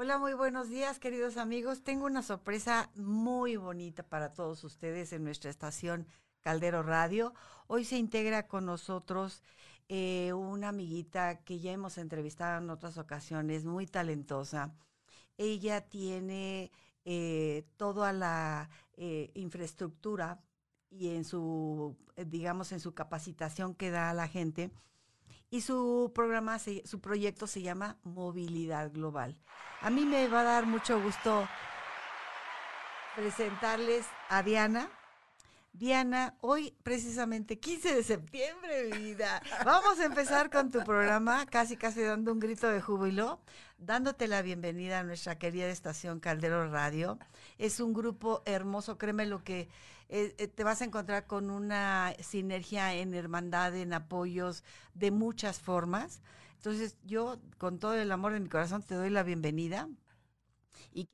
Hola, muy buenos días, queridos amigos. Tengo una sorpresa muy bonita para todos ustedes en nuestra estación Caldero Radio. Hoy se integra con nosotros una amiguita que ya hemos entrevistado en otras ocasiones, muy talentosa. Ella tiene toda la infraestructura y en su, digamos, en su capacitación que da a la gente. Y su programa, su proyecto se llama Movilidad Global. A mí me va a dar mucho gusto presentarles a Diana. Diana, hoy precisamente 15 de septiembre, mi vida. Vamos a empezar con tu programa, casi casi dando un grito de júbilo, dándote la bienvenida a nuestra querida estación Caldero Radio. Es un grupo hermoso, créeme lo que te vas a encontrar con una sinergia en hermandad, en apoyos de muchas formas. Entonces yo, con todo el amor de mi corazón, te doy la bienvenida y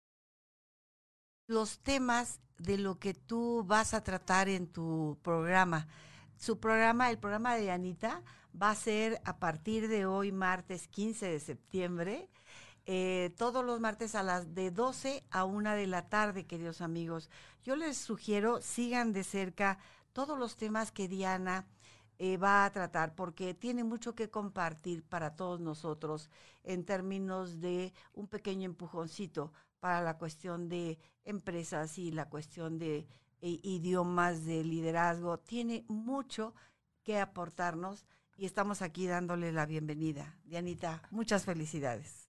los temas de lo que tú vas a tratar en tu programa. Su programa, el programa de Anita, va a ser a partir de hoy, martes 15 de septiembre, todos los martes a las de 12 a 1 de la tarde, queridos amigos. Yo les sugiero, sigan de cerca todos los temas que Diana va a tratar, porque tiene mucho que compartir para todos nosotros en términos de un pequeño empujoncito para la cuestión de empresas y la cuestión de idiomas, de liderazgo. Tiene mucho que aportarnos y estamos aquí dándole la bienvenida. Dianita, muchas felicidades.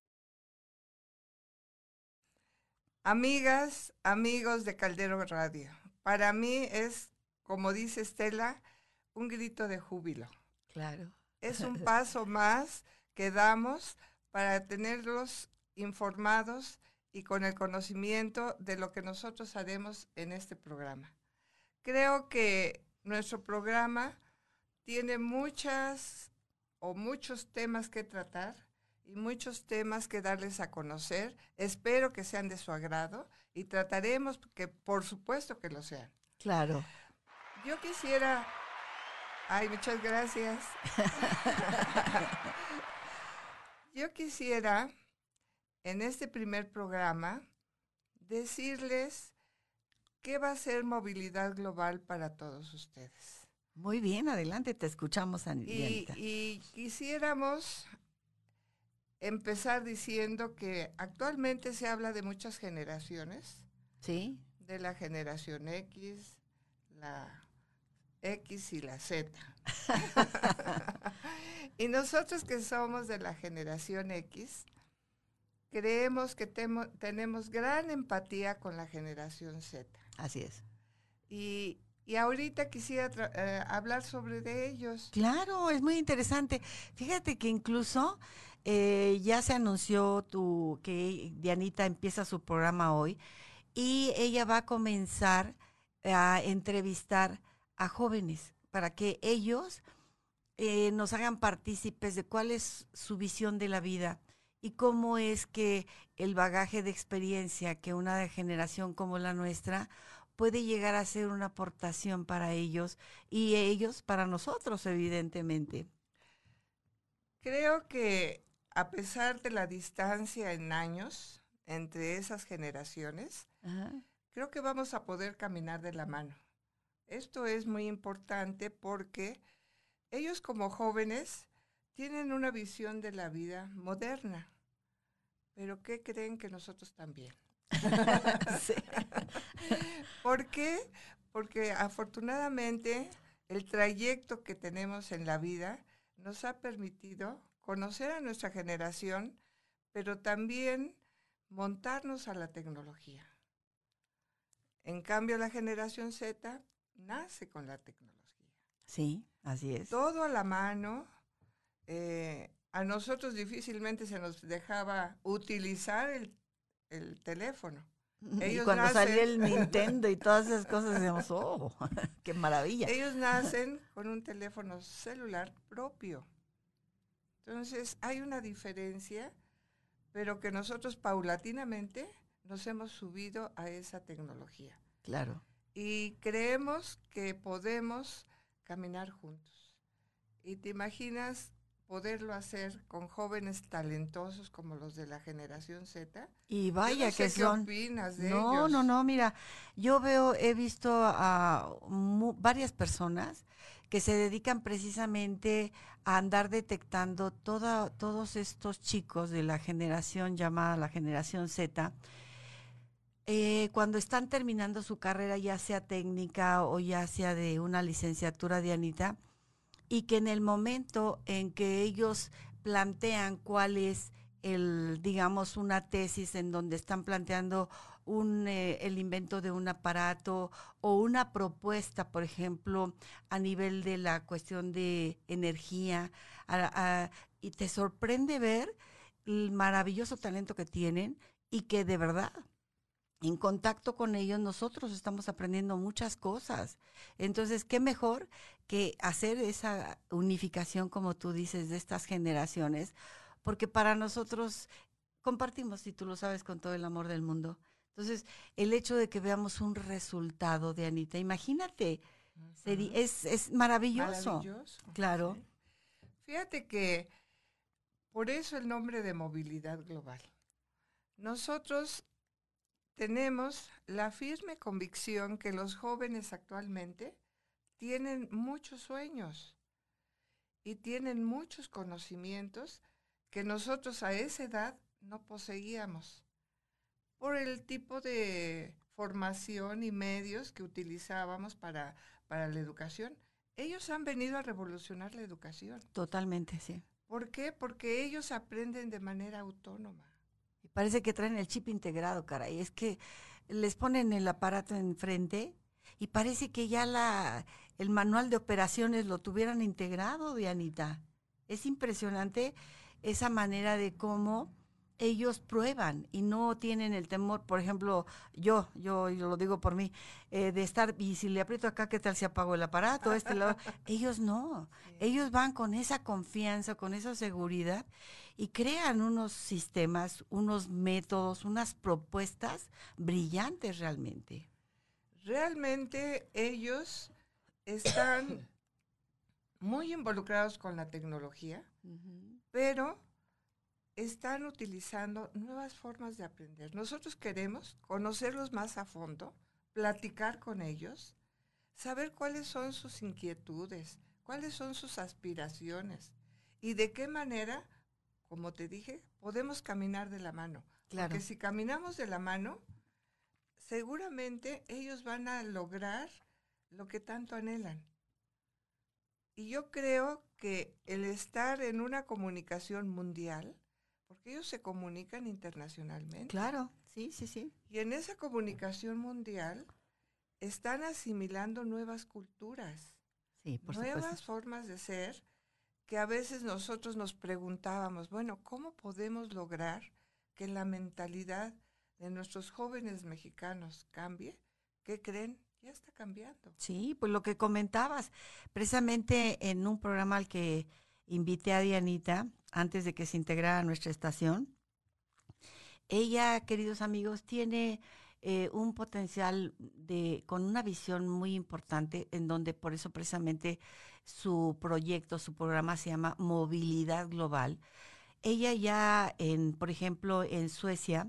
Amigas, amigos de Caldero Radio, para mí es, como dice Estela, un grito de júbilo. Claro. Es un paso más que damos para tenerlos informados y con el conocimiento de lo que nosotros haremos en este programa. Creo que nuestro programa tiene muchos temas que tratar y muchos temas que darles a conocer. Espero que sean de su agrado y trataremos que, por supuesto, que lo sean. Claro. Yo quisiera... Ay, muchas gracias. Yo quisiera, en este primer programa, decirles qué va a ser movilidad global para todos ustedes. Muy bien, adelante, te escuchamos, Dianita. Y quisiéramos empezar diciendo que actualmente se habla de muchas generaciones, ¿Sí? de la generación X, la X y la Z. Y nosotros que somos de la generación X, creemos que tenemos gran empatía con la generación Z. Así es. Y ahorita quisiera hablar sobre de ellos. Claro, es muy interesante. Fíjate que incluso ya se anunció que Dianita empieza su programa hoy y ella va a comenzar a entrevistar a jóvenes para que ellos nos hagan partícipes de cuál es su visión de la vida y cómo es que el bagaje de experiencia que una generación como la nuestra puede llegar a ser una aportación para ellos y ellos para nosotros, evidentemente. Creo que a pesar de la distancia en años entre esas generaciones, Ajá. creo que vamos a poder caminar de la mano. Esto es muy importante porque ellos como jóvenes tienen una visión de la vida moderna, pero ¿qué creen que nosotros también? Sí. ¿Por qué? Porque afortunadamente el trayecto que tenemos en la vida nos ha permitido conocer a nuestra generación, pero también montarnos a la tecnología. En cambio, la generación Z nace con la tecnología. Sí, así es. Todo a la mano. A nosotros difícilmente se nos dejaba utilizar el teléfono. Y Ellos cuando salió nacen, el Nintendo y todas esas cosas, decíamos, oh, qué maravilla. ellos nacen con un teléfono celular propio. Entonces hay una diferencia, pero que nosotros paulatinamente nos hemos subido a esa tecnología. Claro. Y creemos que podemos caminar juntos. Y te imaginas poderlo hacer con jóvenes talentosos como los de la generación Z. Y Yo vaya no sé que qué son. opinas de No, no, ellos. no, mira, he visto a varias personas que se dedican precisamente a andar detectando todos estos chicos de la generación llamada la generación Z, cuando están terminando su carrera, ya sea técnica o ya sea de una licenciatura, Dianita, y que en el momento en que ellos plantean cuál es digamos, una tesis en donde están planteando el invento de un aparato o una propuesta, por ejemplo, a nivel de la cuestión de energía, y te sorprende ver el maravilloso talento que tienen y que de verdad en contacto con ellos nosotros estamos aprendiendo muchas cosas. Entonces, ¿qué mejor que hacer esa unificación, como tú dices, de estas generaciones? Porque para nosotros compartimos, y tú lo sabes, con todo el amor del mundo. Entonces, el hecho de que veamos un resultado de Anita, imagínate, Ujú. es maravilloso. Maravilloso, Claro, ¿sí? Fíjate que por eso el nombre de movilidad global. Nosotros tenemos la firme convicción que los jóvenes actualmente tienen muchos sueños y tienen muchos conocimientos que nosotros a esa edad no poseíamos por el tipo de formación y medios que utilizábamos para la educación. Ellos han venido a revolucionar la educación. totalmente, sí. ¿Por qué? Porque ellos aprenden de manera autónoma. Y parece que traen el chip integrado, caray. Es que les ponen el aparato enfrente y parece que ya el manual de operaciones lo tuvieran integrado, Dianita. Es impresionante esa manera de cómo ellos prueban y no tienen el temor, por ejemplo, yo lo digo por mí, de estar, y si le aprieto acá, ¿qué tal si apago el aparato? Ellos no, Sí. ellos van con esa confianza, con esa seguridad y crean unos sistemas, unos métodos, unas propuestas brillantes realmente. Realmente ellos están muy involucrados con la tecnología, Ujú. pero están utilizando nuevas formas de aprender. Nosotros queremos conocerlos más a fondo, platicar con ellos, saber cuáles son sus inquietudes, cuáles son sus aspiraciones y de qué manera, como te dije, podemos caminar de la mano. Porque Claro, si caminamos de la mano, seguramente ellos van a lograr lo que tanto anhelan. Y yo creo que el estar en una comunicación mundial, porque ellos se comunican internacionalmente, claro, sí, sí, sí. y en esa comunicación mundial están asimilando nuevas culturas, Sí, por supuesto. nuevas formas de ser, que a veces nosotros nos preguntábamos, bueno, ¿cómo podemos lograr que la mentalidad de nuestros jóvenes mexicanos cambie? ¿Qué creen? Ya está cambiando. Sí, pues lo que comentabas, precisamente en un programa al que invité a Dianita antes de que se integrara a nuestra estación, ella, queridos amigos, tiene un potencial con una visión muy importante, en donde por eso precisamente su proyecto, su programa se llama Movilidad Global. Ella ya, por ejemplo, en Suecia,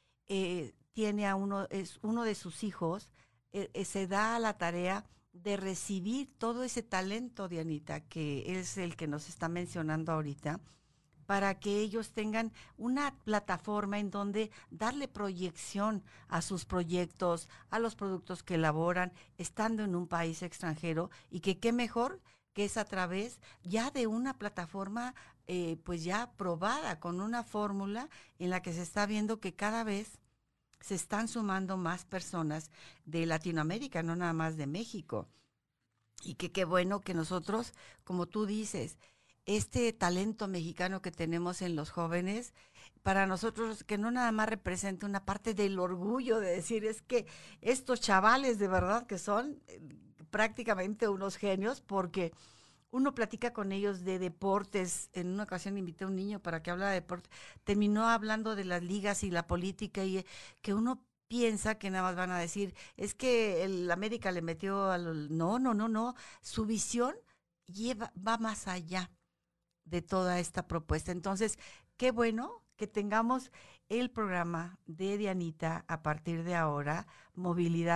es uno de sus hijos, se da a la tarea de recibir todo ese talento, Dianita, que es el que nos está mencionando ahorita, para que ellos tengan una plataforma en donde darle proyección a sus proyectos, a los productos que elaboran, estando en un país extranjero, y que qué mejor que es a través ya de una plataforma pues ya probada, con una fórmula en la que se está viendo que cada vez se están sumando más personas de Latinoamérica, no nada más de México. Y que qué bueno que nosotros, como tú dices, este talento mexicano que tenemos en los jóvenes, para nosotros que no nada más representa una parte del orgullo de decir, es que estos chavales de verdad que son prácticamente unos genios, porque uno platica con ellos de deportes. En una ocasión invité a un niño para que hablara de deporte. Terminó hablando de las ligas y la política, y que uno piensa que nada más van a decir, es que el América le metió al... No, no, no, no. Su visión va más allá. de toda esta propuesta. Entonces, qué bueno que tengamos el programa de Dianita a partir de ahora, Movilidad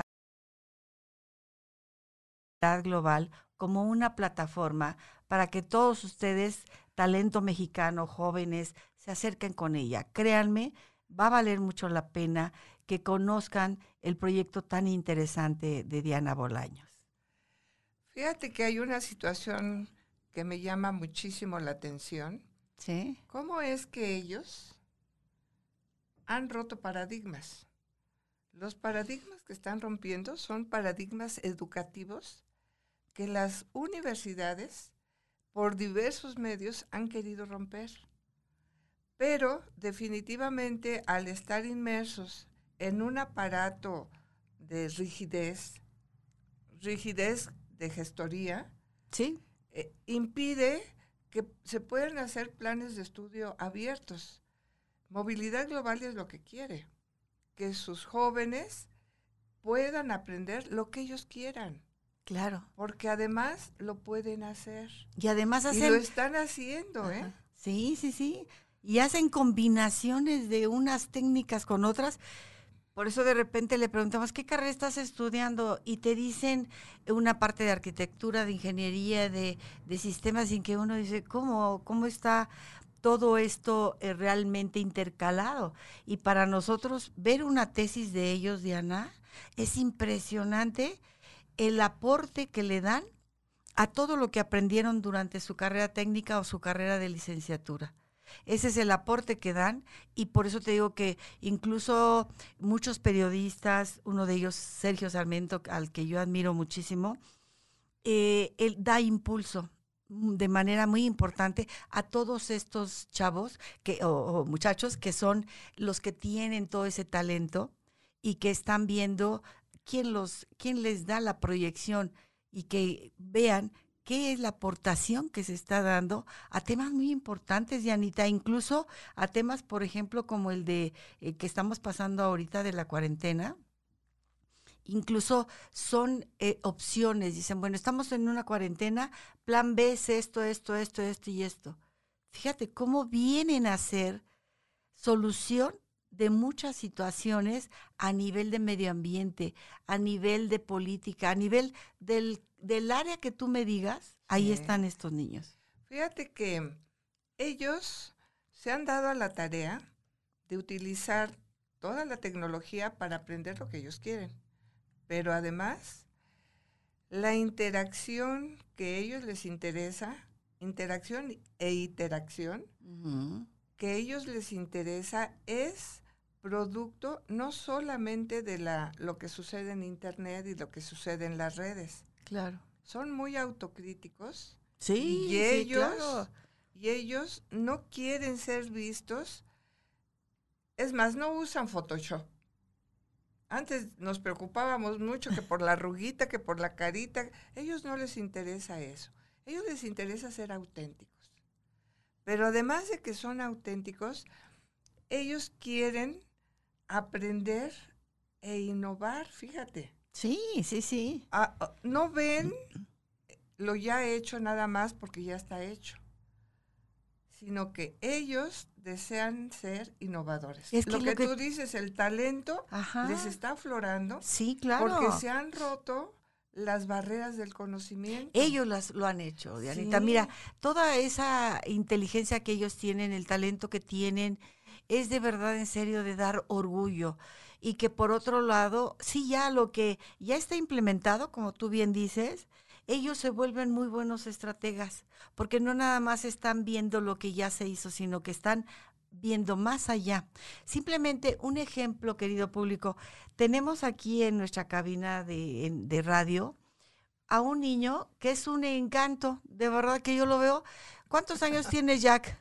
Global, como una plataforma para que todos ustedes, talento mexicano, jóvenes, se acerquen con ella. Créanme, va a valer mucho la pena que conozcan el proyecto tan interesante de Diana Bolaños. Fíjate que hay una situación que me llama muchísimo la atención. ¿Sí? ¿Cómo es que ellos han roto paradigmas? Los paradigmas que están rompiendo son paradigmas educativos que las universidades, por diversos medios, han querido romper. Pero definitivamente, al estar inmersos en un aparato de rigidez de gestoría, ¿Sí? impide que se puedan hacer planes de estudio abiertos. Movilidad Global es lo que quiere, que sus jóvenes puedan aprender lo que ellos quieran. Claro. Porque además lo pueden hacer. Y además Y lo están haciendo, ¿eh? Sí, sí, sí. Y hacen combinaciones de unas técnicas con otras. Por eso de repente le preguntamos, ¿qué carrera estás estudiando? Y te dicen una parte de arquitectura, de ingeniería, de sistemas, sin que uno dice, ¿cómo está todo esto realmente intercalado? Y para nosotros ver una tesis de ellos, Diana, es impresionante el aporte que le dan a todo lo que aprendieron durante su carrera técnica o su carrera de licenciatura. Ese es el aporte que dan y por eso te digo que incluso muchos periodistas, uno de ellos Sergio Sarmiento, al que yo admiro muchísimo, él da impulso de manera muy importante a todos estos chavos o muchachos que son los que tienen todo ese talento y que están viendo quién les da la proyección y que vean qué es la aportación que se está dando a temas muy importantes, Dianita, incluso a temas, por ejemplo, como el de que estamos pasando ahorita de la cuarentena. Incluso son opciones, dicen, bueno, estamos en una cuarentena, plan B es esto y esto. Fíjate cómo vienen a ser solución de muchas situaciones a nivel de medio ambiente, a nivel de política, a nivel del área que tú me digas, ahí están estos niños. Fíjate que ellos se han dado a la tarea de utilizar toda la tecnología para aprender lo que ellos quieren. Pero además, la interacción que a ellos les interesa, interacción e interacción, que a ellos les interesa es producto no solamente de lo que sucede en Internet y lo que sucede en las redes. Claro. Son muy autocríticos. Sí, claro. Y ellos no quieren ser vistos. Es más, no usan Photoshop. Antes nos preocupábamos mucho que por la arruguita, que por la carita. A ellos no les interesa eso. A ellos les interesa ser auténticos. Pero además de que son auténticos, ellos quieren aprender e innovar, fíjate. Sí, sí, sí. No ven lo ya hecho nada más porque ya está hecho, sino que ellos desean ser innovadores. Es lo que tú dices, el talento les está aflorando. Sí, claro. Porque se han roto las barreras del conocimiento. Ellos lo han hecho, Dianita. Sí. Mira, toda esa inteligencia que ellos tienen, el talento que tienen, es de verdad, en serio, de dar orgullo. Y que por otro lado, sí, ya lo que ya está implementado, como tú bien dices, ellos se vuelven muy buenos estrategas, porque no nada más están viendo lo que ya se hizo, sino que están viendo más allá. Simplemente un ejemplo, querido público, tenemos aquí en nuestra cabina de radio a un niño que es un encanto, de verdad que yo lo veo. ¿Cuántos años tiene Jack?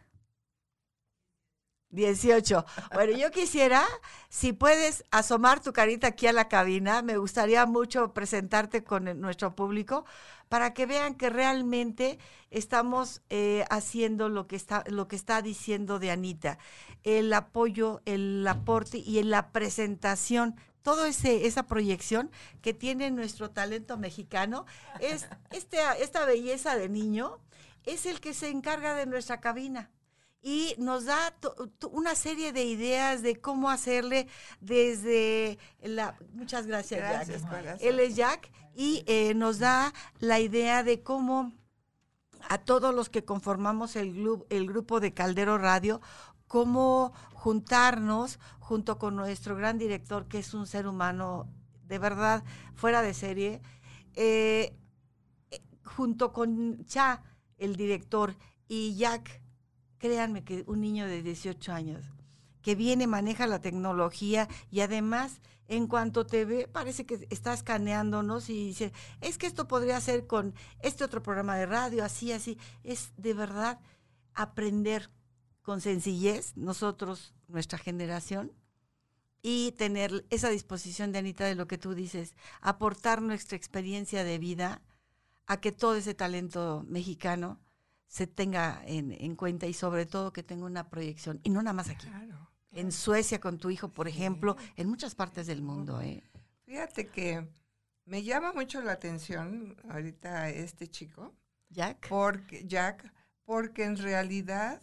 18. Bueno, yo quisiera, si puedes asomar tu carita aquí a la cabina, me gustaría mucho presentarte con nuestro público para que vean que realmente estamos haciendo lo que está diciendo Dianita, el apoyo, el aporte y en la presentación, toda esa proyección que tiene nuestro talento mexicano, es esta belleza de niño. es el que se encarga de nuestra cabina y nos da una serie de ideas de cómo hacerle desde la... Muchas gracias, Gracias, Jack. corazón. Él es Jack y nos da la idea de cómo a todos los que conformamos el grupo de Caldero Radio, cómo juntarnos junto con nuestro gran director, que es un ser humano de verdad fuera de serie, junto con Cha, el director, y Jack, créanme que un niño de 18 años, que viene, maneja la tecnología y además, en cuanto te ve, parece que está escaneándonos y dice, es que esto podría ser con este otro programa de radio, así, así. Es de verdad aprender con sencillez, nosotros, nuestra generación, y tener esa disposición de Anita de lo que tú dices, aportar nuestra experiencia de vida a que todo ese talento mexicano se tenga en cuenta y sobre todo que tenga una proyección, y no nada más aquí. Claro. En Suecia con tu hijo, por Sí. ejemplo, en muchas partes del mundo. Fíjate que me llama mucho la atención ahorita este chico, Jack. Porque en realidad,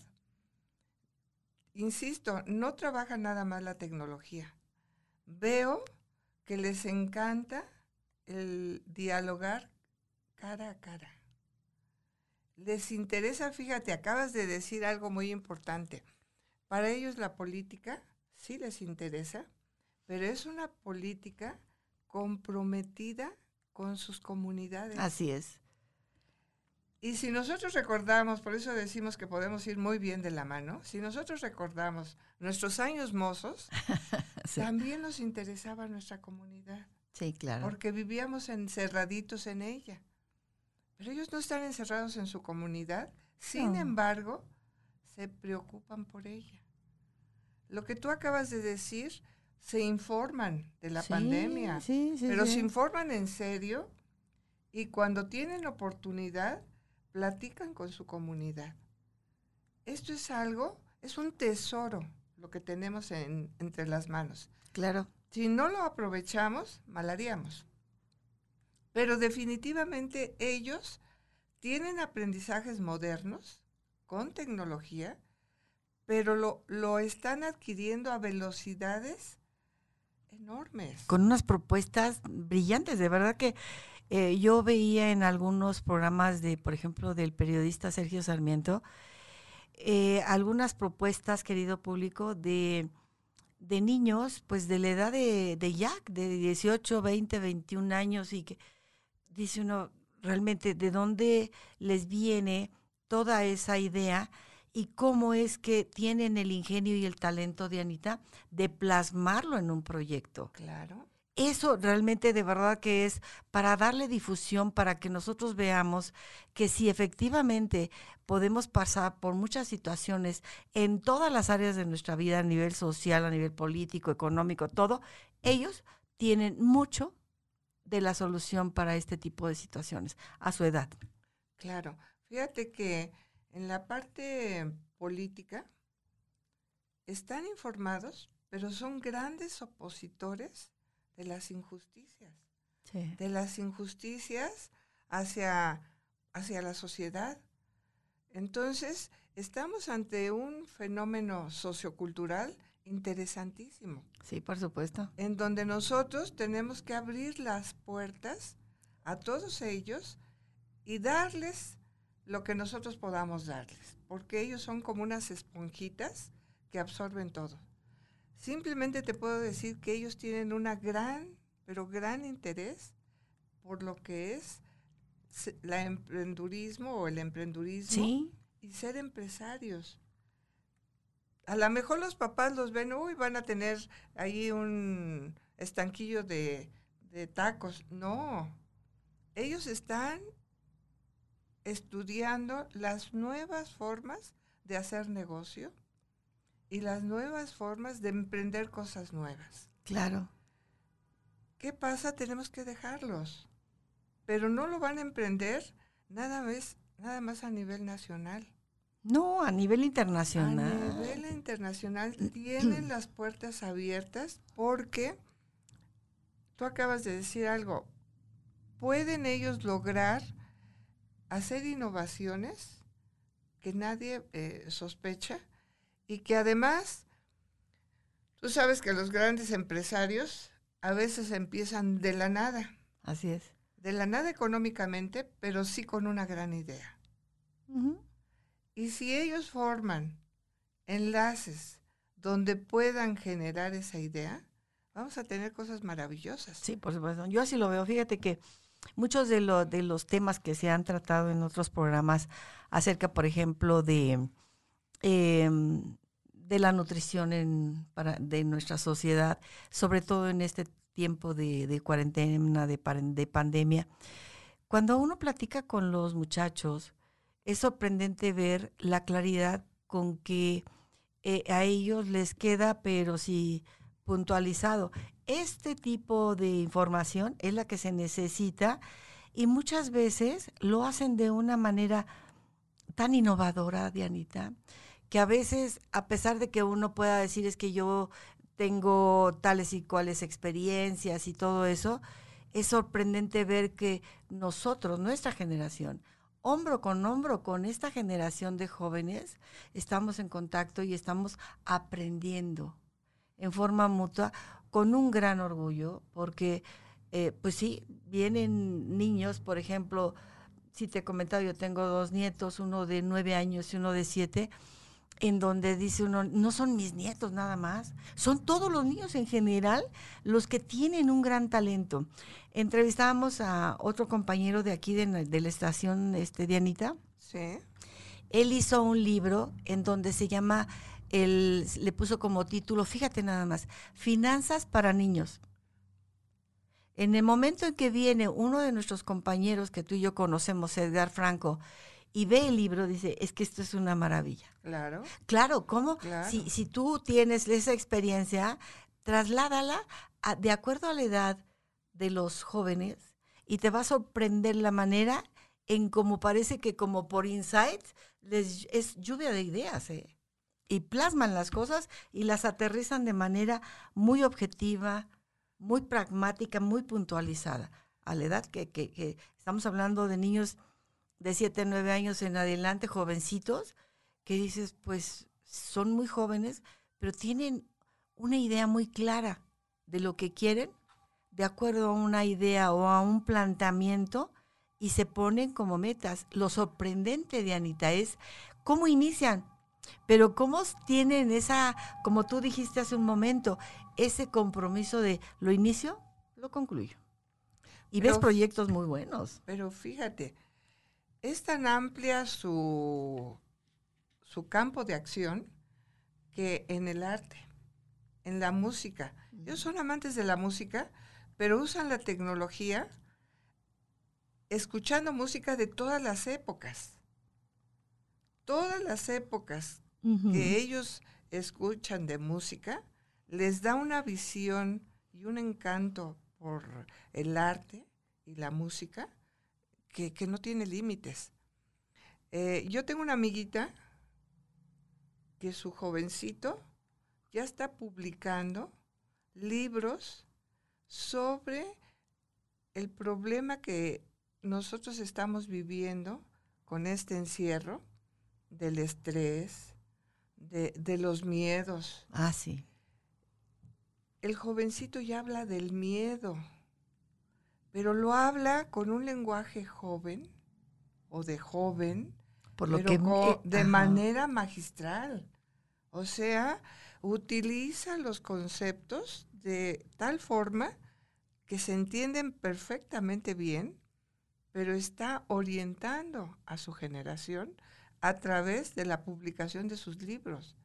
insisto, no trabaja nada más la tecnología. Veo que les encanta el dialogar cara a cara. Les interesa, fíjate, acabas de decir algo muy importante. Para ellos la política sí les interesa, pero es una política comprometida con sus comunidades. Así es. Y si nosotros recordamos, por eso decimos que podemos ir muy bien de la mano, si nosotros recordamos nuestros años mozos, sí, también nos interesaba nuestra comunidad. Sí, claro. Porque vivíamos encerraditos en ella. Pero ellos no están encerrados en su comunidad, sin embargo, se preocupan por ella. Lo que tú acabas de decir, se informan de la pandemia, pero se informan en serio y cuando tienen oportunidad, platican con su comunidad. Esto es algo, es un tesoro lo que tenemos entre las manos. Claro. Si no lo aprovechamos, mal haríamos. Pero definitivamente ellos tienen aprendizajes modernos con tecnología, pero lo están adquiriendo a velocidades enormes. Con unas propuestas brillantes, de verdad que yo veía en algunos programas de, por ejemplo, del periodista Sergio Sarmiento, algunas propuestas, querido público, de niños, pues de la edad de Jack, de 18, 20, 21 años, y que dice uno, realmente, ¿de dónde les viene toda esa idea y cómo es que tienen el ingenio y el talento de Anita de plasmarlo en un proyecto? Claro. Eso realmente de verdad que es para darle difusión, para que nosotros veamos que si efectivamente podemos pasar por muchas situaciones en todas las áreas de nuestra vida, a nivel social, a nivel político, económico, todo, ellos tienen mucho de la solución para este tipo de situaciones a su edad. Claro. Fíjate que en la parte política están informados, pero son grandes opositores de las injusticias. Sí. De las injusticias hacia la sociedad. Entonces, estamos ante un fenómeno sociocultural interesantísimo. Sí, por supuesto. En donde nosotros tenemos que abrir las puertas a todos ellos y darles lo que nosotros podamos darles, porque ellos son como unas esponjitas que absorben todo. Simplemente te puedo decir que ellos tienen una gran interés por lo que es el emprendurismo, ¿sí? Y ser empresarios. A lo mejor los papás los ven, van a tener ahí un estanquillo de tacos. No, ellos están estudiando las nuevas formas de hacer negocio y las nuevas formas de emprender cosas nuevas. Claro. ¿Qué pasa? Tenemos que dejarlos. Pero no lo van a emprender nada más a nivel nacional. No, a nivel internacional. A nivel internacional tienen las puertas abiertas porque tú acabas de decir algo. Pueden ellos lograr hacer innovaciones que nadie sospecha y que además, tú sabes que los grandes empresarios a veces empiezan de la nada. Así es. De la nada económicamente, pero sí con una gran idea. Uh-huh. Y si ellos forman enlaces donde puedan generar esa idea, vamos a tener cosas maravillosas. Sí, por supuesto. Yo así lo veo. Fíjate que muchos de los temas que se han tratado en otros programas acerca, por ejemplo, de la nutrición de nuestra sociedad, sobre todo en este tiempo de cuarentena, de pandemia. Cuando uno platica con los muchachos, es sorprendente ver la claridad con que a ellos les queda, pero sí puntualizado. Este tipo de información es la que se necesita y muchas veces lo hacen de una manera tan innovadora, Dianita, que a veces, a pesar de que uno pueda decir es que yo tengo tales y cuales experiencias y todo eso, es sorprendente ver que nosotros, nuestra generación, hombro con esta generación de jóvenes, estamos en contacto y estamos aprendiendo en forma mutua con un gran orgullo, porque pues sí, vienen niños, por ejemplo, si te he comentado, yo tengo 2 nietos, uno de 9 años y uno de 7, en donde dice uno, no son mis nietos nada más, son todos los niños en general los que tienen un gran talento. Entrevistábamos a otro compañero de aquí de la estación, Dianita. Sí. Él hizo un libro en donde se llama, le puso como título, fíjate nada más, Finanzas para niños. En el momento en que viene uno de nuestros compañeros que tú y yo conocemos, Edgar Franco, y ve el libro, dice, es que esto es una maravilla. Claro. Claro, ¿cómo? Claro. Si tú tienes esa experiencia, trasládala de acuerdo a la edad de los jóvenes y te va a sorprender la manera en cómo parece que como por insights es lluvia de ideas, y plasman las cosas y las aterrizan de manera muy objetiva, muy pragmática, muy puntualizada. A la edad que estamos hablando de niños de 7, 9 años en adelante, jovencitos, que dices, pues son muy jóvenes, pero tienen una idea muy clara de lo que quieren, de acuerdo a una idea o a un planteamiento, y se ponen como metas. Lo sorprendente, Dianita, es cómo inician, pero cómo tienen esa, como tú dijiste hace un momento, ese compromiso de lo inicio, lo concluyo. Y ves proyectos muy buenos. Pero fíjate, es tan amplia su campo de acción que en el arte, en la música. Ellos son amantes de la música, pero usan la tecnología escuchando música de todas las épocas. Todas las épocas que ellos escuchan de música les da una visión y un encanto por el arte y la música que no tiene límites. Yo tengo una amiguita que su jovencito ya está publicando libros sobre el problema que nosotros estamos viviendo con este encierro, del estrés, de los miedos. Ah, sí. El jovencito ya habla del miedo, pero lo habla con un lenguaje joven o de joven, Por lo pero que, de manera magistral. O sea, utiliza los conceptos de tal forma que se entienden perfectamente bien, pero está orientando a su generación a través de la publicación de sus libros.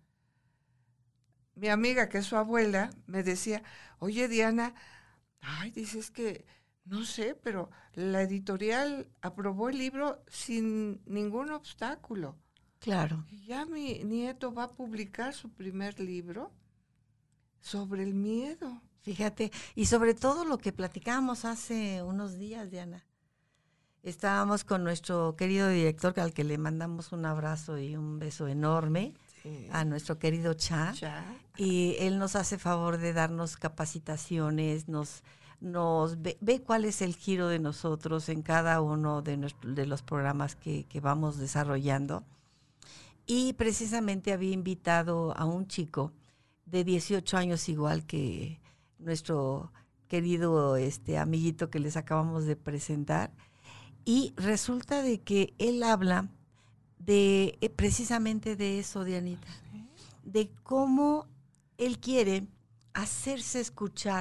Mi amiga, que es su abuela, me decía, oye Diana, dices que, no sé, pero la editorial aprobó el libro sin ningún obstáculo. Claro. Y ya mi nieto va a publicar su primer libro sobre el miedo. Fíjate, y sobre todo lo que platicábamos hace unos días, Diana. Estábamos con nuestro querido director, al que le mandamos un abrazo y un beso enorme, sí, a nuestro querido Cha. Y él nos hace favor de darnos capacitaciones, nos ve cuál es el giro de nosotros en cada uno de los programas que vamos desarrollando. Y precisamente había invitado a un chico de 18 años, igual que nuestro querido amiguito que les acabamos de presentar. Y resulta de que él habla de precisamente de eso, Dianita, de cómo él quiere hacerse escuchar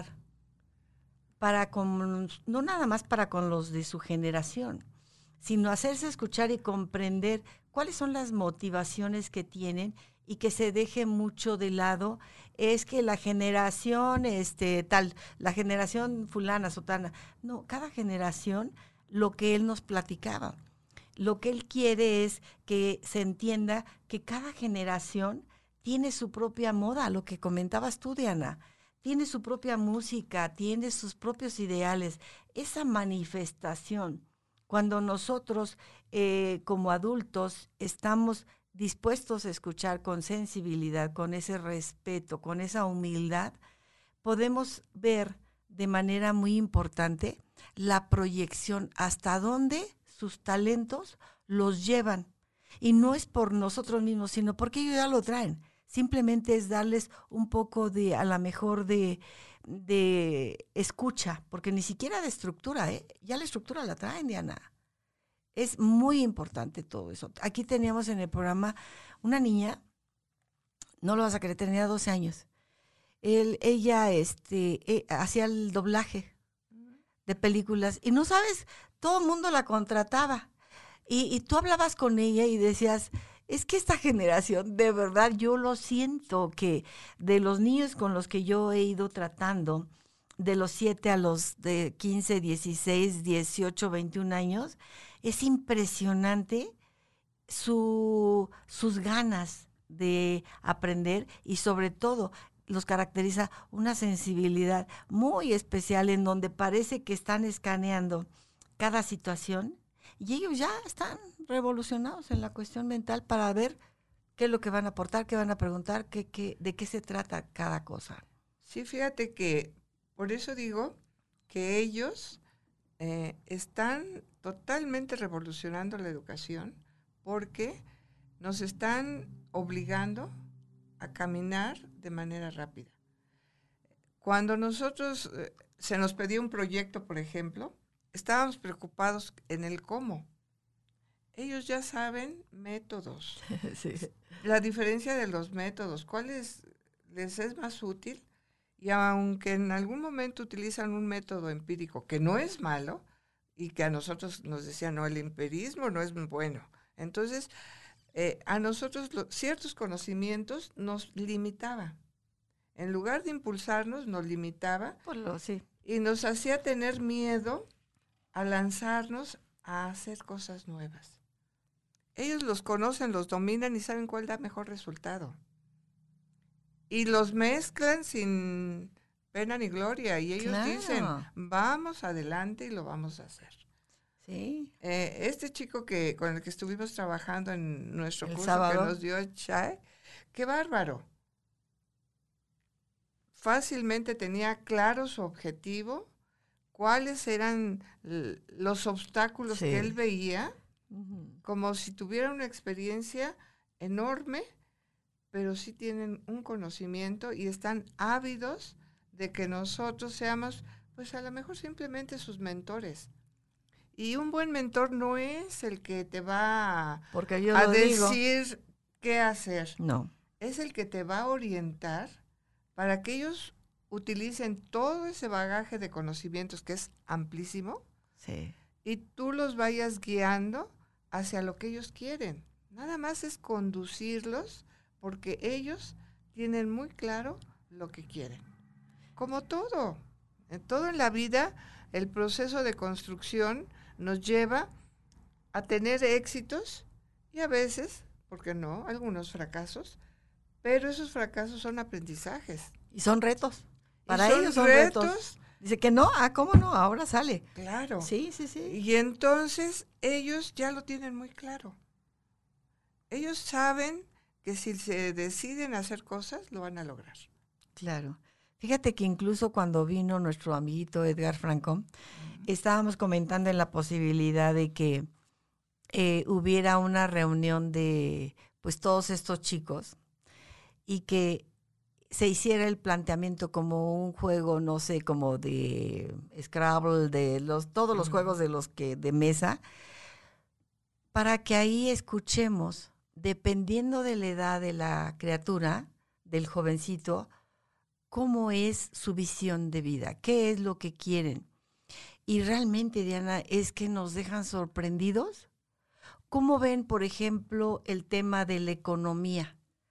no nada más para con los de su generación, sino hacerse escuchar y comprender cuáles son las motivaciones que tienen y que se deje mucho de lado. Es que la generación la generación fulana, sotana, no, cada generación, lo que él nos platicaba. Lo que él quiere es que se entienda que cada generación tiene su propia moda, lo que comentabas tú, Diana, tiene su propia música, tiene sus propios ideales. Esa manifestación, cuando nosotros como adultos estamos dispuestos a escuchar con sensibilidad, con ese respeto, con esa humildad, podemos ver de manera muy importante la proyección, hasta dónde sus talentos los llevan. Y no es por nosotros mismos, sino porque ellos ya lo traen. Simplemente es darles un poco de, a lo mejor, de escucha, porque ni siquiera de estructura, ya la estructura la traen, Diana. Es muy importante todo eso. Aquí teníamos en el programa una niña, no lo vas a creer, tenía 12 años. Ella hacía el doblaje de películas y no sabes, todo el mundo la contrataba. Y tú hablabas con ella y decías, es que esta generación, de verdad, yo lo siento, que de los niños con los que yo he ido tratando, de los 7 a los de 15, 16, 18, 21 años, es impresionante sus ganas de aprender y sobre todo los caracteriza una sensibilidad muy especial en donde parece que están escaneando cada situación y ellos ya están revolucionados en la cuestión mental para ver qué es lo que van a aportar, qué van a preguntar, de qué se trata cada cosa. Sí, fíjate que por eso digo que ellos están totalmente revolucionando la educación porque nos están obligando a caminar de manera rápida. Cuando nosotros se nos pedía un proyecto, por ejemplo, estábamos preocupados en el cómo. Ellos ya saben métodos. Sí. La diferencia de los métodos, cuál les es más útil, y aunque en algún momento utilizan un método empírico que no es malo, y que a nosotros nos decían, no, el empirismo no es bueno. Entonces, a nosotros ciertos conocimientos nos limitaba. En lugar de impulsarnos, nos limitaba Sí. y nos hacía tener miedo a lanzarnos a hacer cosas nuevas. Ellos los conocen, los dominan y saben cuál da mejor resultado. Y los mezclan sin pena ni gloria. Y ellos dicen, vamos adelante y lo vamos a hacer. Sí. Este chico con el que estuvimos trabajando en nuestro curso sábado, que nos dio Chay, qué bárbaro. Fácilmente tenía claro su objetivo, cuáles eran los obstáculos que él veía, como si tuviera una experiencia enorme, pero sí tienen un conocimiento y están ávidos de que nosotros seamos, pues a lo mejor simplemente sus mentores. Y un buen mentor no es el que te va a decir qué hacer. No. Es el que te va a orientar para que ellos utilicen todo ese bagaje de conocimientos que es amplísimo, sí, y tú los vayas guiando hacia lo que ellos quieren. Nada más es conducirlos porque ellos tienen muy claro lo que quieren. Como todo, en la vida, el proceso de construcción nos lleva a tener éxitos y a veces, ¿por qué no?, algunos fracasos, pero esos fracasos son aprendizajes. Y son retos. Para ellos son retos. Dice que no, ¿cómo no? Ahora sale. Claro. Sí, sí, sí. Y entonces ellos ya lo tienen muy claro. Ellos saben que si se deciden a hacer cosas, lo van a lograr. Claro. Fíjate que incluso cuando vino nuestro amiguito Edgar Franco, estábamos comentando en la posibilidad de que hubiera una reunión de pues todos estos chicos y que se hiciera el planteamiento como un juego, no sé, como de Scrabble, todos los juegos de mesa, para que ahí escuchemos, dependiendo de la edad de la criatura, del jovencito, cómo es su visión de vida, qué es lo que quieren. Y realmente, Diana, es que nos dejan sorprendidos. ¿Cómo ven, por ejemplo, el tema de la economía?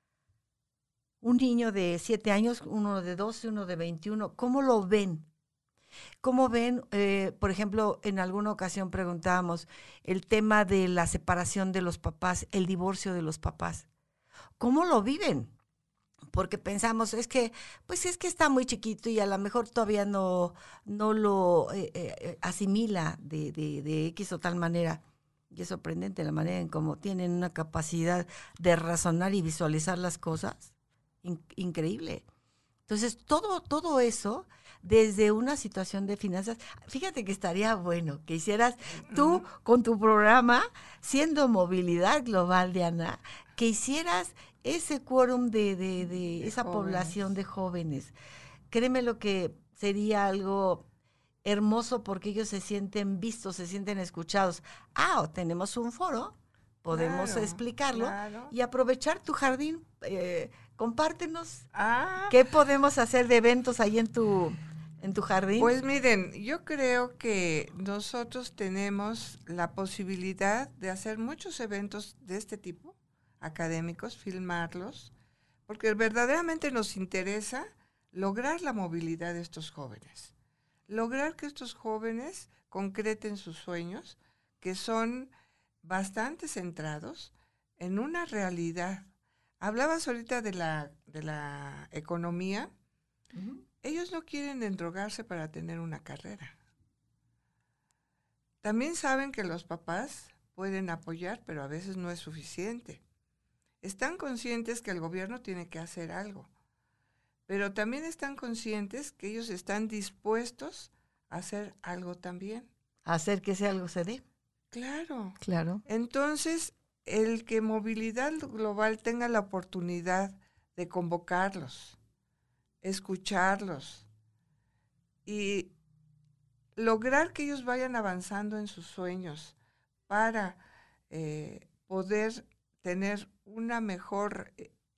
Un niño de 7 años, uno de 12, uno de 21, ¿cómo lo ven? ¿Cómo ven, por ejemplo, en alguna ocasión preguntábamos el tema de la separación de los papás, el divorcio de los papás? ¿Cómo lo viven? Porque pensamos, pues es que está muy chiquito y a lo mejor todavía no lo asimila de X o tal manera. Y es sorprendente la manera en cómo tienen una capacidad de razonar y visualizar las cosas. Increíble. Entonces, todo eso desde una situación de finanzas. Fíjate que estaría bueno que hicieras tú con tu programa, siendo Movilidad Global, Diana, que hicieras ese quórum de esa jóvenes. Población de jóvenes. Créeme lo que sería algo hermoso porque ellos se sienten vistos, se sienten escuchados. Tenemos un foro, podemos explicarlo y aprovechar tu jardín. Compártenos qué podemos hacer de eventos ahí en tu jardín. Pues miren, yo creo que nosotros tenemos la posibilidad de hacer muchos eventos de este tipo, académicos, filmarlos, porque verdaderamente nos interesa lograr la movilidad de estos jóvenes, lograr que estos jóvenes concreten sus sueños, que son bastante centrados en una realidad. Hablabas ahorita de la economía. Uh-huh. Ellos no quieren endrogarse para tener una carrera. También saben que los papás pueden apoyar, pero a veces no es suficiente. Están conscientes que el gobierno tiene que hacer algo, pero también están conscientes que ellos están dispuestos a hacer algo también. Hacer que ese algo se dé. Claro. Claro. Entonces, el que Movilidad Global tenga la oportunidad de convocarlos, escucharlos y lograr que ellos vayan avanzando en sus sueños para poder tener una mejor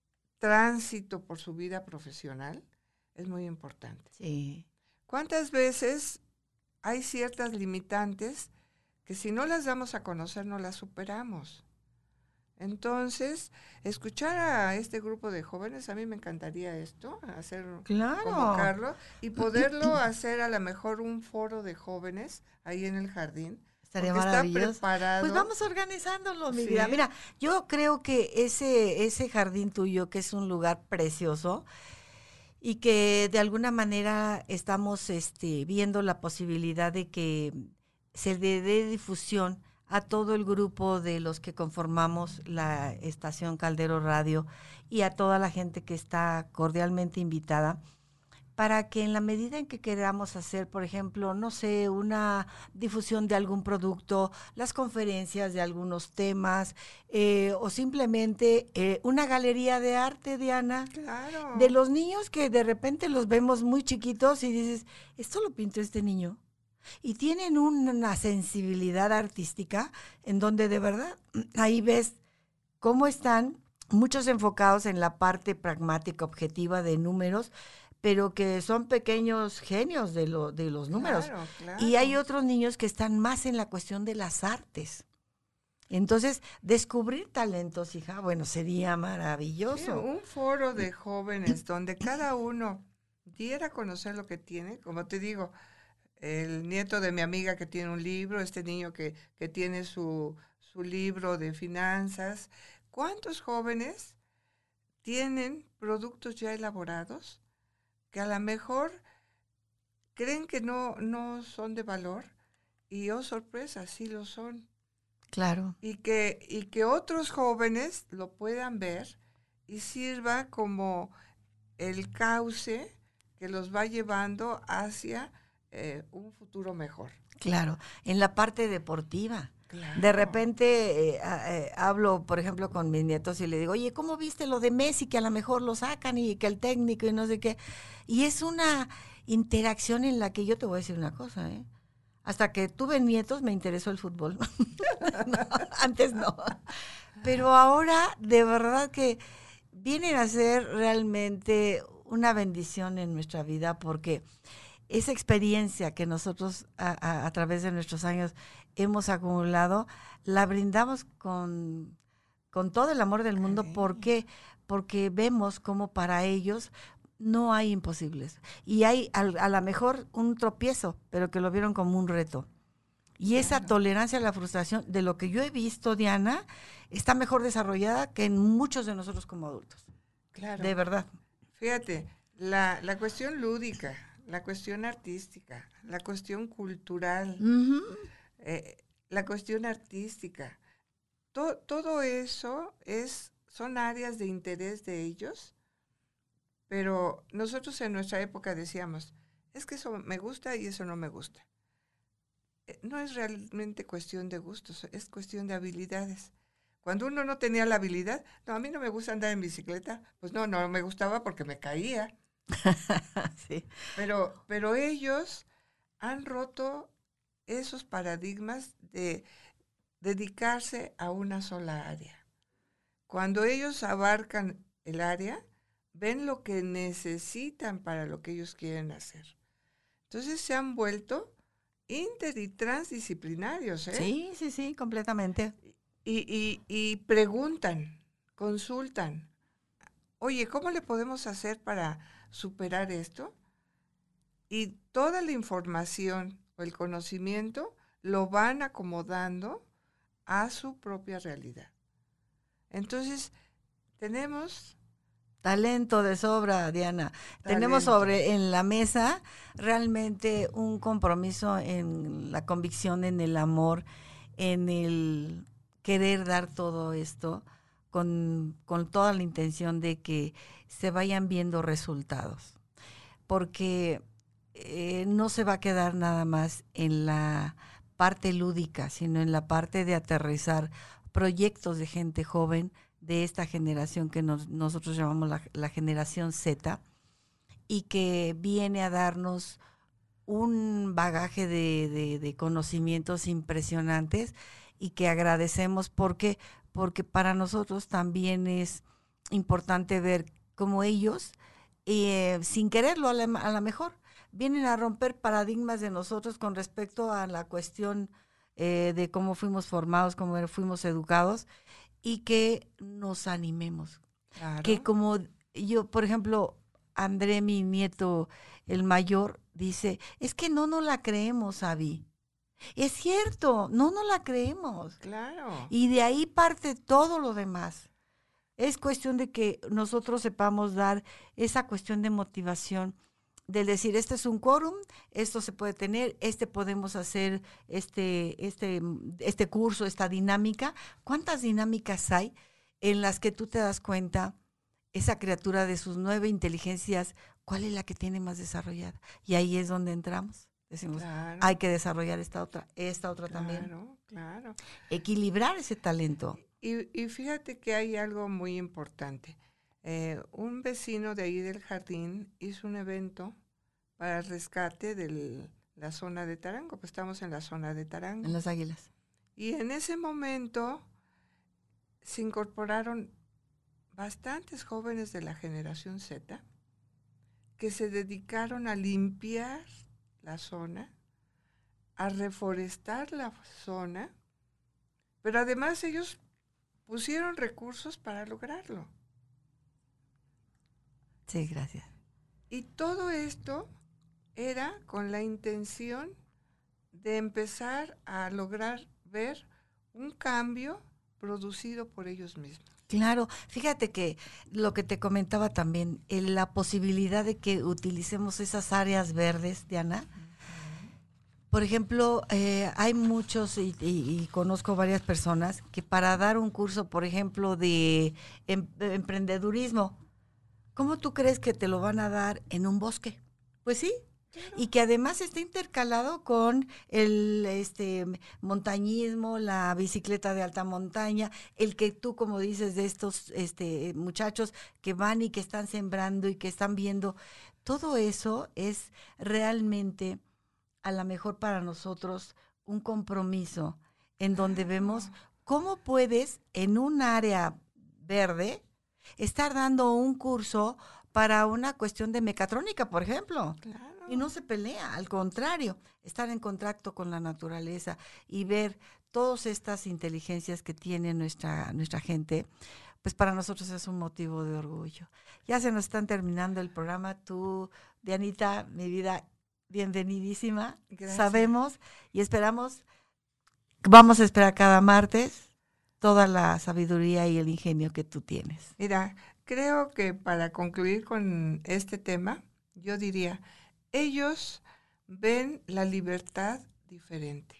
tránsito por su vida profesional es muy importante. Sí. ¿Cuántas veces hay ciertas limitantes que si no las damos a conocer no las superamos? Entonces, escuchar a este grupo de jóvenes, a mí me encantaría esto, convocarlo y poderlo hacer a lo mejor un foro de jóvenes ahí en el jardín. Estaría porque maravilloso. Está preparado. Pues vamos organizándolo, mi ¿Sí? vida. Mira, yo creo que ese jardín tuyo, que es un lugar precioso y que de alguna manera estamos viendo la posibilidad de que se le dé difusión a todo el grupo de los que conformamos la estación Caldero Radio y a toda la gente que está cordialmente invitada, para que en la medida en que queramos hacer, por ejemplo, no sé, una difusión de algún producto, las conferencias de algunos temas, o simplemente una galería de arte, Diana. Claro. De los niños que de repente los vemos muy chiquitos y dices, esto lo pintó este niño. Y tienen una sensibilidad artística en donde de verdad ahí ves cómo están muchos enfocados en la parte pragmática, objetiva de números, pero que son pequeños genios de los números. Claro. Y hay otros niños que están más en la cuestión de las artes. Entonces, descubrir talentos, hija, bueno, sería maravilloso. Sí, un foro de jóvenes donde cada uno diera a conocer lo que tiene. Como te digo, el nieto de mi amiga que tiene un libro, este niño que tiene su libro de finanzas. ¿Cuántos jóvenes tienen productos ya elaborados que a lo mejor creen que no son de valor y, oh sorpresa, sí lo son? Claro. Y que otros jóvenes lo puedan ver y sirva como el cauce que los va llevando hacia un futuro mejor. Claro, en la parte deportiva. Claro. De repente hablo, por ejemplo, con mis nietos y le digo, oye, ¿cómo viste lo de Messi? Que a lo mejor lo sacan y que el técnico y no sé qué. Y es una interacción en la que yo te voy a decir una cosa, ¿eh? Hasta que tuve nietos me interesó el fútbol. No, antes no. Pero ahora, de verdad que vienen a ser realmente una bendición en nuestra vida porque esa experiencia que nosotros a través de nuestros años hemos acumulado, la brindamos con todo el amor del mundo. Sí. ¿Por qué? Porque vemos como para ellos no hay imposibles. Y hay a lo mejor un tropiezo, pero que lo vieron como un reto. Y esa Claro. tolerancia a la frustración, de lo que yo he visto, Diana, está mejor desarrollada que en muchos de nosotros como adultos. Claro. De verdad. Fíjate, la cuestión lúdica, la cuestión artística, la cuestión cultural, Ujú. la cuestión artística, todo eso son áreas de interés de ellos, pero nosotros en nuestra época decíamos, es que eso me gusta y eso no me gusta. No es realmente cuestión de gustos, es cuestión de habilidades. Cuando uno no tenía la habilidad, no, a mí no me gusta andar en bicicleta, pues no me gustaba porque me caía. Sí. Pero ellos han roto esos paradigmas de dedicarse a una sola área. Cuando ellos abarcan el área, ven lo que necesitan para lo que ellos quieren hacer. Entonces se han vuelto inter y transdisciplinarios, ¿eh? Sí, sí, sí, completamente. Y preguntan, consultan. Oye, ¿cómo le podemos hacer para superar esto? Y toda la información o el conocimiento lo van acomodando a su propia realidad. Entonces, tenemos Talento de sobra, Diana. Tenemos talento. en la mesa realmente un compromiso en la convicción, en el amor, en el querer dar todo esto con toda la intención de que se vayan viendo resultados. Porque no se va a quedar nada más en la parte lúdica, sino en la parte de aterrizar proyectos de gente joven de esta generación que nosotros llamamos la generación Z y que viene a darnos un bagaje de conocimientos impresionantes y que agradecemos porque para nosotros también es importante ver cómo ellos, sin quererlo a la mejor, vienen a romper paradigmas de nosotros con respecto a la cuestión de cómo fuimos formados, cómo fuimos educados y que nos animemos. Que Claro. como yo, por ejemplo, André, mi nieto, el mayor, dice, es que no la creemos, Abby. Es cierto, no la creemos. Claro. Y de ahí parte todo lo demás. Es cuestión de que nosotros sepamos dar esa cuestión de motivación, del decir, este es un quórum, esto se puede tener, podemos hacer este curso, esta dinámica. ¿Cuántas dinámicas hay en las que tú te das cuenta, esa criatura de sus 9 inteligencias, cuál es la que tiene más desarrollada? Y ahí es donde entramos. Decimos, Claro. hay que desarrollar esta otra también. Claro, claro. Equilibrar ese talento. Y fíjate que hay algo muy importante. Un vecino de ahí del jardín hizo un evento para el rescate de la zona de Tarango, pues estamos en la zona de Tarango. En las Águilas. Y en ese momento se incorporaron bastantes jóvenes de la generación Z que se dedicaron a limpiar la zona, a reforestar la zona, pero además ellos pusieron recursos para lograrlo. Sí, gracias. Y todo esto era con la intención de empezar a lograr ver un cambio producido por ellos mismos. Claro, fíjate que lo que te comentaba también, la posibilidad de que utilicemos esas áreas verdes, Diana. Por ejemplo, hay muchos y conozco varias personas que para dar un curso, por ejemplo, de emprendedurismo, ¿cómo tú crees que te lo van a dar en un bosque? Pues sí, Y que además está intercalado con el montañismo, la bicicleta de alta montaña, el que tú, como dices, de estos muchachos que van y que están sembrando y que están viendo, todo eso es realmente a lo mejor para nosotros un compromiso en donde vemos Claro, cómo puedes en un área verde estar dando un curso para una cuestión de mecatrónica, por ejemplo. Y claro. no se pelea, al contrario, estar en contacto con la naturaleza y ver todas estas inteligencias que tiene nuestra gente, pues para nosotros es un motivo de orgullo. Ya se nos están terminando el programa. Tú, Dianita, mi vida, bienvenidísima. Gracias. Sabemos y esperamos, vamos a esperar cada martes toda la sabiduría y el ingenio que tú tienes. Mira, creo que para concluir con este tema, yo diría, ellos ven la libertad diferente.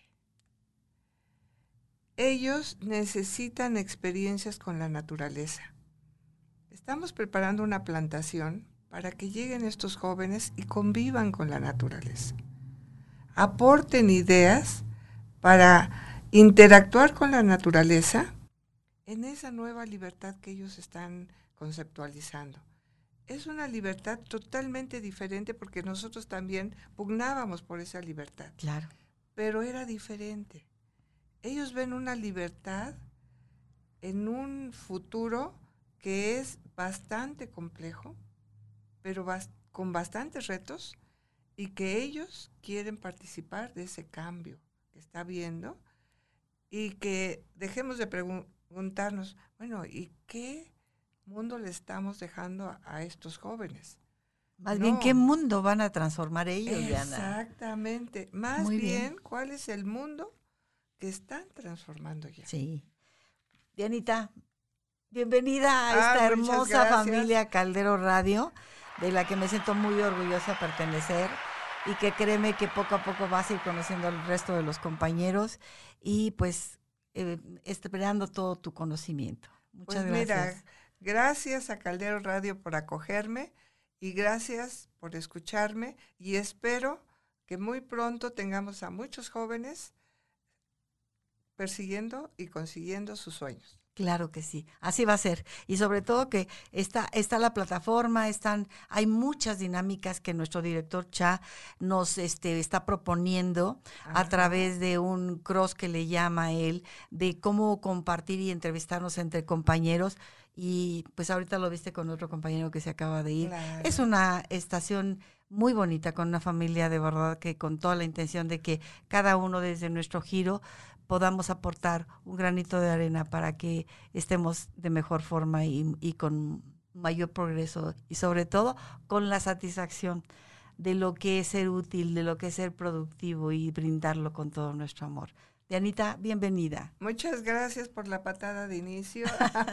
Ellos necesitan experiencias con la naturaleza. Estamos preparando una plantación para que lleguen estos jóvenes y convivan con la naturaleza. Aporten ideas para interactuar con la naturaleza en esa nueva libertad que ellos están conceptualizando. Es una libertad totalmente diferente porque nosotros también pugnábamos por esa libertad, Claro. pero era diferente. Ellos ven una libertad en un futuro que es bastante complejo, pero con bastantes retos, y que ellos quieren participar de ese cambio que está habiendo, y que dejemos de preguntarnos, bueno, ¿y qué mundo le estamos dejando a estos jóvenes? Más bien, ¿qué No, mundo van a transformar ellos, Diana? exactamente. Más Muy bien. bien, ¿cuál es el mundo que están transformando ya? Sí. Dianita, bienvenida a Ah, esta muchas hermosa gracias. familia Caldero Radio, de la que me siento muy orgullosa de pertenecer y que créeme que poco a poco vas a ir conociendo al resto de los compañeros y pues esperando todo tu conocimiento. Muchas Pues gracias. mira, gracias a Caldero Radio por acogerme y gracias por escucharme, y espero que muy pronto tengamos a muchos jóvenes persiguiendo y consiguiendo sus sueños. Claro que sí, así va a ser. Y sobre todo que está la plataforma, hay muchas dinámicas que nuestro director Cha nos está proponiendo a Ajá, través de un cross que le llama él, de cómo compartir y entrevistarnos entre compañeros. Y pues ahorita lo viste con otro compañero que se acaba de ir. Es claro. una estación muy bonita, con una familia de verdad que con toda la intención de que cada uno desde nuestro giro podamos aportar un granito de arena para que estemos de mejor forma y con mayor progreso y sobre todo con la satisfacción de lo que es ser útil, de lo que es ser productivo y brindarlo con todo nuestro amor. Dianita, bienvenida. Muchas gracias por la patada de inicio.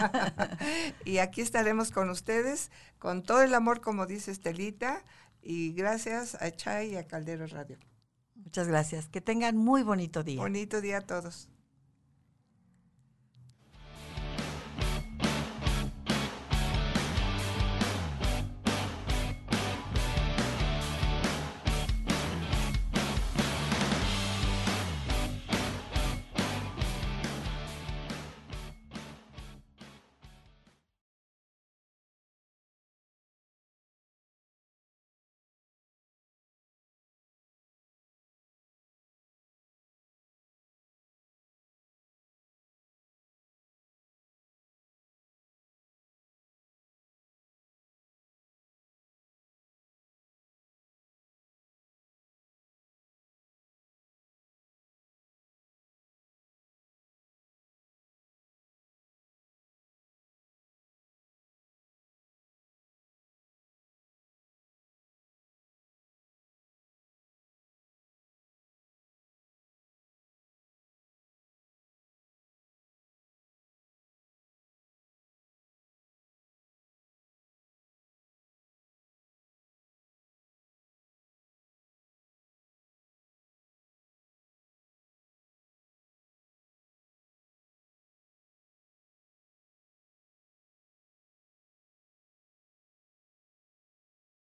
Y aquí estaremos con ustedes con todo el amor, como dice Estelita, y gracias a Chay y a Caldero Radio. Muchas gracias. Que tengan muy bonito día. Bonito día a todos.